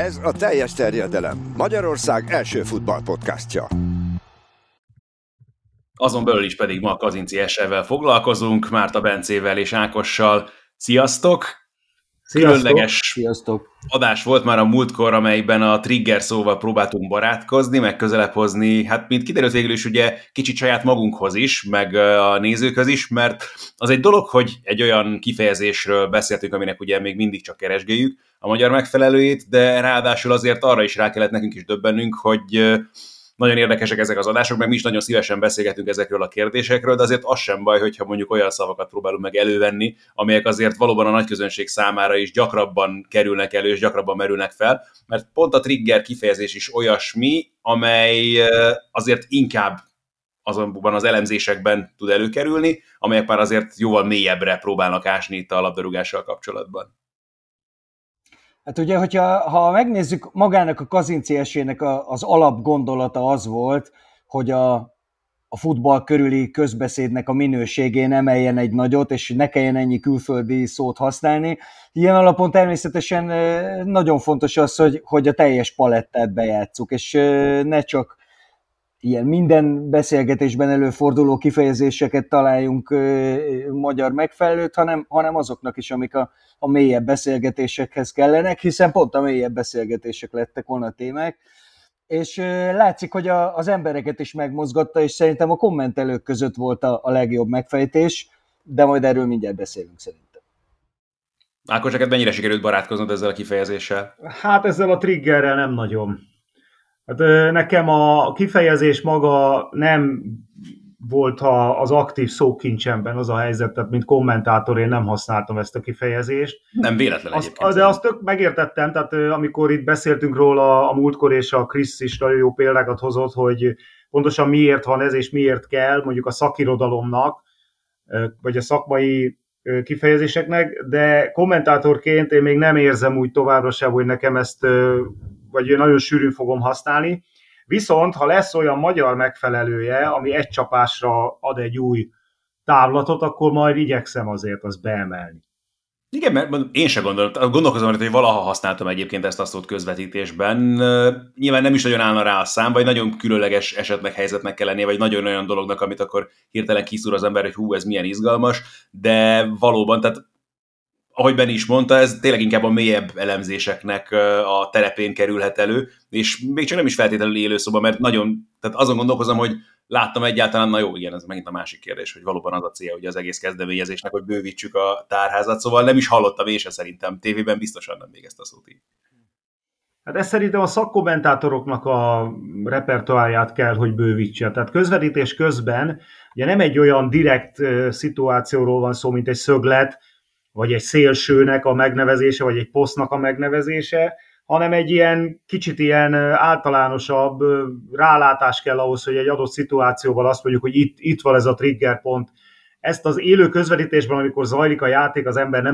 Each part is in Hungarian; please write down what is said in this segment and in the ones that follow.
Ez a Teljes terjedelem, Magyarország első futballpodcastja. Azon belül is pedig ma a Kazinci SL-vel foglalkozunk, Márta Bencével és Ákossal. Sziasztok! Különleges adás volt már a múltkor, amelyben a trigger szóval próbáltunk barátkozni, meg közelebb hozni, hát mint kiderült végül is ugye kicsit saját magunkhoz is, meg a nézőkhöz is, mert az egy dolog, hogy egy olyan kifejezésről beszéltünk, aminek ugye még mindig csak keresgéljük a magyar megfelelőjét, de ráadásul azért arra is rá kellett nekünk is döbbennünk, hogy nagyon érdekesek ezek az adások, meg mi is nagyon szívesen beszélgetünk ezekről a kérdésekről, de azért az sem baj, hogyha mondjuk olyan szavakat próbálunk meg elővenni, amelyek azért valóban a nagyközönség számára is gyakrabban kerülnek elő, és gyakrabban merülnek fel, mert pont a trigger kifejezés is olyasmi, amely azért inkább azonban az elemzésekben tud előkerülni, amelyek már azért jóval mélyebbre próbálnak ásni itt a labdarúgással kapcsolatban. Hát ugye, ha megnézzük, magának a Kazinci esélynek az alapgondolata az volt, hogy a futball körüli közbeszédnek a minőségén emeljen egy nagyot, és ne kelljen ennyi külföldi szót használni. Ilyen alapon természetesen nagyon fontos az, hogy a teljes palettát bejátsszuk, és ne csak ilyen minden beszélgetésben előforduló kifejezéseket találjunk magyar megfelelőt, hanem azoknak is, amik a mélyebb beszélgetésekhez kellenek, hiszen pont a mélyebb beszélgetések lettek volna a témák, és látszik, hogy az embereket is megmozgatta, és szerintem a kommentelők között volt a legjobb megfejtés, de majd erről mindjárt beszélünk szerintem. Ákos, neked mennyire sikerült barátkoznod ezzel a kifejezéssel? Hát ezzel a triggerrel nem nagyon. Hát nekem a kifejezés maga nem volt az aktív szókincsemben az a helyzet, tehát mint kommentátor én nem használtam ezt a kifejezést. Nem véletlen egyébként. De azt tök megértettem, tehát amikor itt beszéltünk róla a múltkor, és a Krisz is nagyon jó példákat hozott, hogy pontosan miért van ez, és miért kell mondjuk a szakirodalomnak, vagy a szakmai kifejezéseknek, de kommentátorként én még nem érzem úgy továbbra sem, hogy nekem ezt vagy nagyon sűrűn fogom használni. Viszont, ha lesz olyan magyar megfelelője, ami egy csapásra ad egy új távlatot, akkor majd igyekszem azért azt beemelni. Igen, mert én sem gondolkozom, hogy valaha használtam egyébként ezt a szót közvetítésben. Nyilván nem is nagyon állna rá a szám, vagy nagyon különleges esetnek, helyzetnek kell lennie, vagy nagyon olyan dolognak, amit akkor hirtelen kiszúr az ember, hogy hú, ez milyen izgalmas, de valóban, tehát ahogy Benni is mondta, ez tényleg inkább a mélyebb elemzéseknek a terepén kerülhet elő, és még csak nem is feltétlenül élőszoba, mert tehát azon gondolkozom, hogy láttam egyáltalán, na jó, igen, ez megint a másik kérdés, hogy valóban az a célja, hogy az egész kezdeményezésnek, hogy bővítsük a tárházat, szóval nem is hallottam én se szerintem, tévében biztosan nem még ezt a szót így. Hát ez szerintem a szakkommentátoroknak a repertoárját kell, hogy bővítse. Tehát közvetítés közben ugye nem egy olyan direkt szituációról van szó, mint egy szöglet, vagy egy szélsőnek a megnevezése, vagy egy posztnak a megnevezése, hanem egy ilyen kicsit ilyen általánosabb rálátás kell ahhoz, hogy egy adott szituációval azt mondjuk, hogy itt van ez a trigger pont. Ezt az élő közvetítésben, amikor zajlik a játék, az ember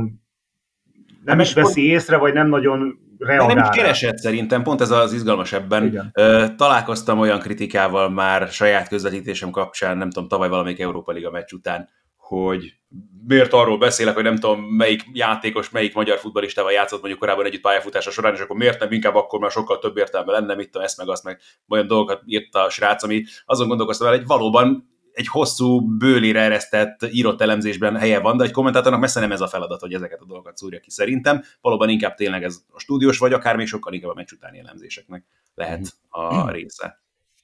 nem is veszi észre, vagy nem nagyon reagál. Nem is keresett szerintem, pont ez az izgalmas ebben. Igen. Találkoztam olyan kritikával már saját közvetítésem kapcsán, nem tudom, tavaly valamelyik Európa Liga meccs után, hogy miért arról beszélek, hogy nem tudom, melyik játékos, melyik magyar futballistával játszott mondjuk korábban együtt pályafutása során, és akkor miért nem, inkább akkor már sokkal több értelme lenne, mit tudom, ezt meg azt meg olyan dolgokat írt a srác, ami azon gondolkoztam el, hogy valóban egy hosszú, bőlére eresztett, írott elemzésben helye van, de egy kommentátornak messze nem ez a feladat, hogy ezeket a dolgokat szúrja ki szerintem. Valóban inkább tényleg ez a stúdiós, vagy akár még sokkal inkább a meccs utáni elemzéseknek lehet a része.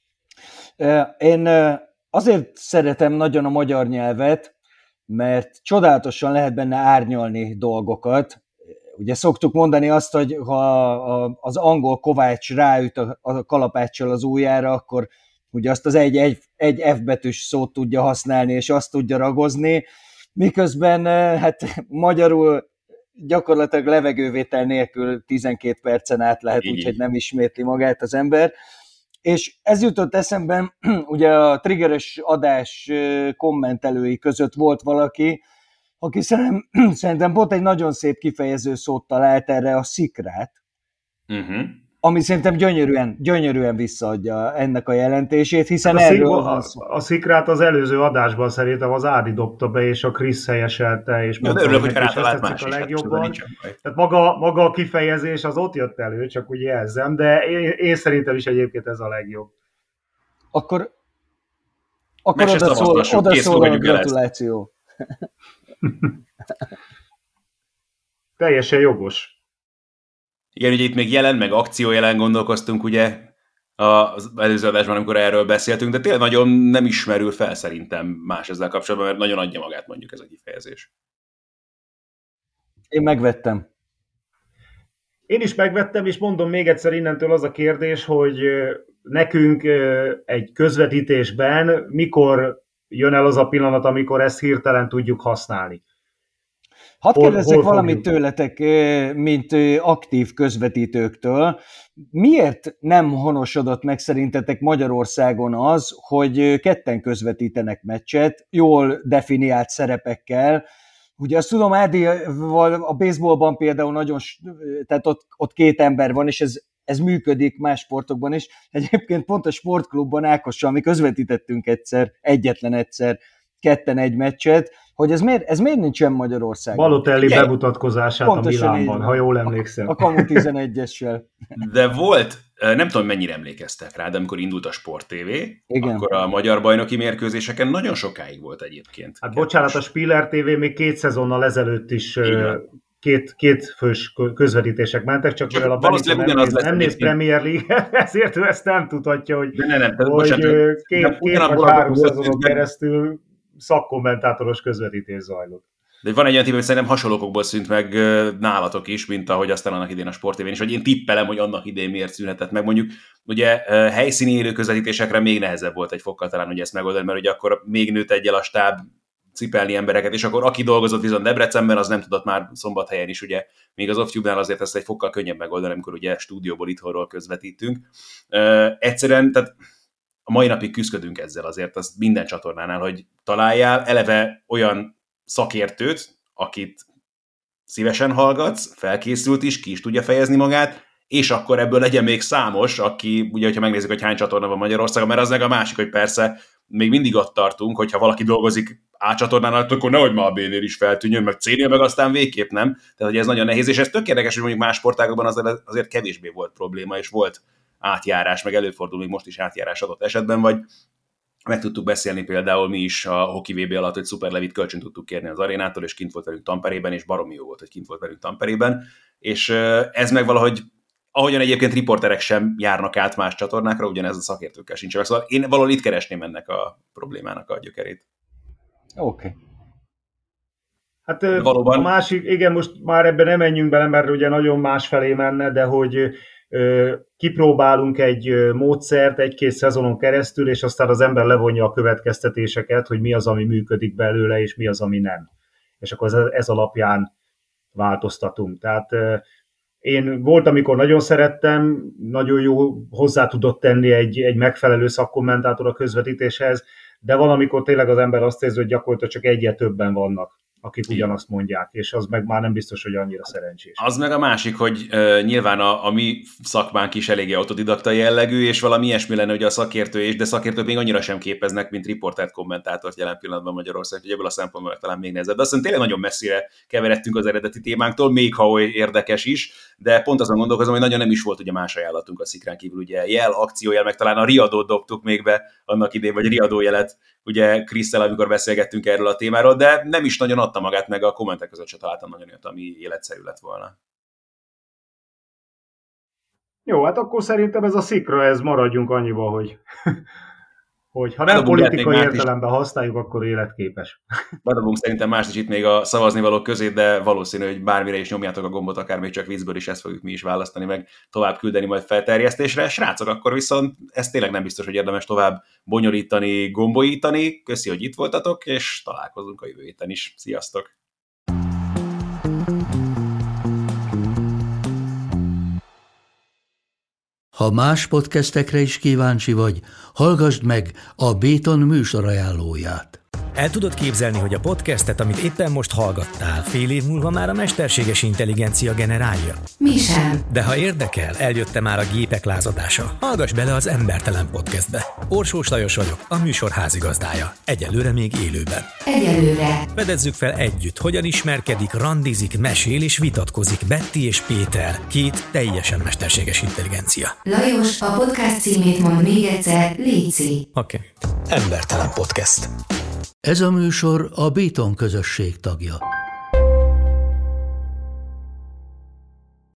Én azért szeretem nagyon a magyar nyelvet, mert csodálatosan lehet benne árnyalni dolgokat. Ugye szoktuk mondani azt, hogy ha az angol kovács ráüt a kalapáccsal az ujjára, akkor ugye azt az egy F betűs szót tudja használni, és azt tudja ragozni, miközben hát magyarul gyakorlatilag levegővétel nélkül 12 percen át lehet, úgyhogy nem ismétli magát az ember. És ez jutott eszemben, ugye a triggeres adás kommentelői között volt valaki, aki szerintem pont egy nagyon szép kifejező szót talált erre, a szikrát. ami szerintem gyönyörűen visszaadja ennek a jelentését, hiszen a szikrát az előző adásban szerintem az Ádi dobta be, és a Krisz helyeselte, és mondta, hogy neki is ezt tetszik a legjobban. Tehát maga a kifejezés az ott jött elő, csak úgy jelzem, de én szerintem is egyébként ez a legjobb. Akkor oda szól a gratuláció. Teljesen jogos. Igen, ugye itt még jelen, meg akciójelen gondolkoztunk, ugye az előző adásban, amikor erről beszéltünk, de tényleg nagyon nem ismerül fel szerintem más ezzel kapcsolatban, mert nagyon adja magát mondjuk ez a kifejezés. Én megvettem. Én is megvettem, és mondom még egyszer innentől az a kérdés, hogy nekünk egy közvetítésben mikor jön el az a pillanat, amikor ezt hirtelen tudjuk használni. Hadd kérdezzek valamit tőletek, mint aktív közvetítőktől. Miért nem honosodott meg szerintetek Magyarországon az, hogy ketten közvetítenek meccset, jól definiált szerepekkel? Ugye azt tudom, Ádival a baseballban például nagyon, tehát ott két ember van, és ez működik más sportokban is. Egyébként pont a sportklubban Ákossal mi közvetítettünk egyetlen egyszer, ketten egy meccset, hogy ez miért nincsen Magyarországon? Balotelli bemutatkozását pontosan a Milánban, ha jól emlékszem. A Kamu 11-essel. De volt, nem tudom mennyire emlékeztek rá, de amikor indult a Sport TV, akkor a magyar bajnoki mérkőzéseken nagyon sokáig volt egyébként. Hát bocsánat, a Spiller TV még 2 szezonnal ezelőtt is két fős közvetítések mentek, csak mivel a Benicsa nem néz Premier League, ezért ő ezt nem tudhatja, hogy két vagy 3 szezonon keresztül szakkommentátoros közvetítés zajlott. De van egy olyan típus, hogy szerintem hasonlókokból szűnt meg nálatok is, mint ahogy aztán annak idén a Sport TV-n is, hogy én tippelem, hogy annak idén miért szűnhetett meg. Mondjuk ugye helyszíni élő közvetítésekre még nehezebb volt egy fokkal talán ugye ezt megoldani, mert ugye akkor még nőtt egyel a stáb cipelni embereket, és akkor aki dolgozott viszont Debrecenben, az nem tudott már Szombathelyen is, ugye még az Off-Tube-nál azért ezt egy fokkal könnyebb megoldani, amikor ugye stúdióból itthonról közvetítünk. Egyszerűen, tehát a mai napig küzdködünk ezzel azért, az minden csatornánál, hogy találjál eleve olyan szakértőt, akit szívesen hallgatsz, felkészült is, ki is tudja fejezni magát, és akkor ebből legyen még számos, aki, ugye, hogyha megnézzük, hogy hány csatorna van Magyarországon, mert az meg a másik, hogy persze még mindig ott tartunk, hogyha valaki dolgozik A csatornánál, akkor nehogy már a B-nél is feltűnjön, meg C-nél meg aztán végképp nem. Tehát, hogy ez nagyon nehéz, és ez tök érdekes, hogy mondjuk más sportágokban azért kevésbé volt probléma, és volt átjárás, meg előfordul még most is átjárás adott esetben, vagy meg tudtuk beszélni például mi is a Hockey VB alatt, hogy Szuper Levit kölcsön tudtuk kérni az arénától, és kint volt velünk Tamperében, és baromi jó volt, hogy kint volt velünk Tamperében, és ez meg valahogy, ahogyan egyébként riporterek sem járnak át más csatornákra, ugyanez a szakértőkkel sincs meg. Szóval én valahol itt keresném ennek a problémának a gyökerét. Oké. Hát valóban. A másik, igen, most már ebben nem menjünk bele, mert ugye nagyon másfelé menne, de hogy kipróbálunk egy módszert 1-2 szezonon keresztül, és aztán az ember levonja a következtetéseket, hogy mi az, ami működik belőle, és mi az, ami nem. És akkor ez alapján változtatunk. Tehát én volt, amikor nagyon szerettem, nagyon jó hozzá tudott tenni egy megfelelő szakkommentátor a közvetítéshez, de van, amikor tényleg az ember azt érzi, hogy gyakorlatilag csak egyre többen vannak, akik ugyanazt mondják, és az meg már nem biztos, hogy annyira szerencsés. Az meg a másik, hogy nyilván a mi szakmánk is eléggé autodidakta jellegű, és valami ilyesmi lenne, hogy a szakértő is, de szakértők még annyira sem képeznek, mint riportert, kommentátort jelen pillanatban Magyarországon, hogy ebből a szempontból talán még nehezebb. De azt hiszem tényleg nagyon messzire keveredtünk az eredeti témánktól, még ha oly érdekes is, de pont azon gondolkozom, hogy nagyon nem is volt ugye más ajánlatunk a szikrán kívül, ugye akciójel, meg talán a riadót dobtuk még be annak idején, vagy riadójelet, ugye Krisztel, amikor beszélgettünk erről a témáról, de nem is nagyon adta magát, meg a kommentek között se találtam nagyon olyat, ami életszerű lett volna. Jó, hát akkor szerintem ez a szikra, ez maradjunk annyiba, hogy ha nem politikai értelemben használjuk, akkor életképes. Bedobunk szerintem mást is itt még a szavaznivalók közé, de valószínű, hogy bármire is nyomjátok a gombot, akár még csak viccből is, ezt fogjuk mi is választani, meg tovább küldeni majd felterjesztésre. Srácok, akkor viszont ez tényleg nem biztos, hogy érdemes tovább bonyolítani, gombolítani. Köszi, hogy itt voltatok, és találkozunk a jövő héten is. Sziasztok! Ha más podcastekre is kíváncsi vagy, hallgassd meg a Béton műsor ajánlóját. El tudod képzelni, hogy a podcastet, amit éppen most hallgattál, fél év múlva már a mesterséges intelligencia generálja? Mi sem. De ha érdekel, eljött már a gépek lázadása. Hallgass bele az Embertelen Podcastbe. Orsós Lajos vagyok, a műsor házigazdája. Egyelőre még élőben. Egyelőre. Fedezzük fel együtt, hogyan ismerkedik, randizik, mesél és vitatkozik Betty és Péter, két teljesen mesterséges intelligencia. Lajos, a podcast címét mond még egyszer, léci. Oké. Embertelen Podcast. Ez a műsor a Béton közösség tagja.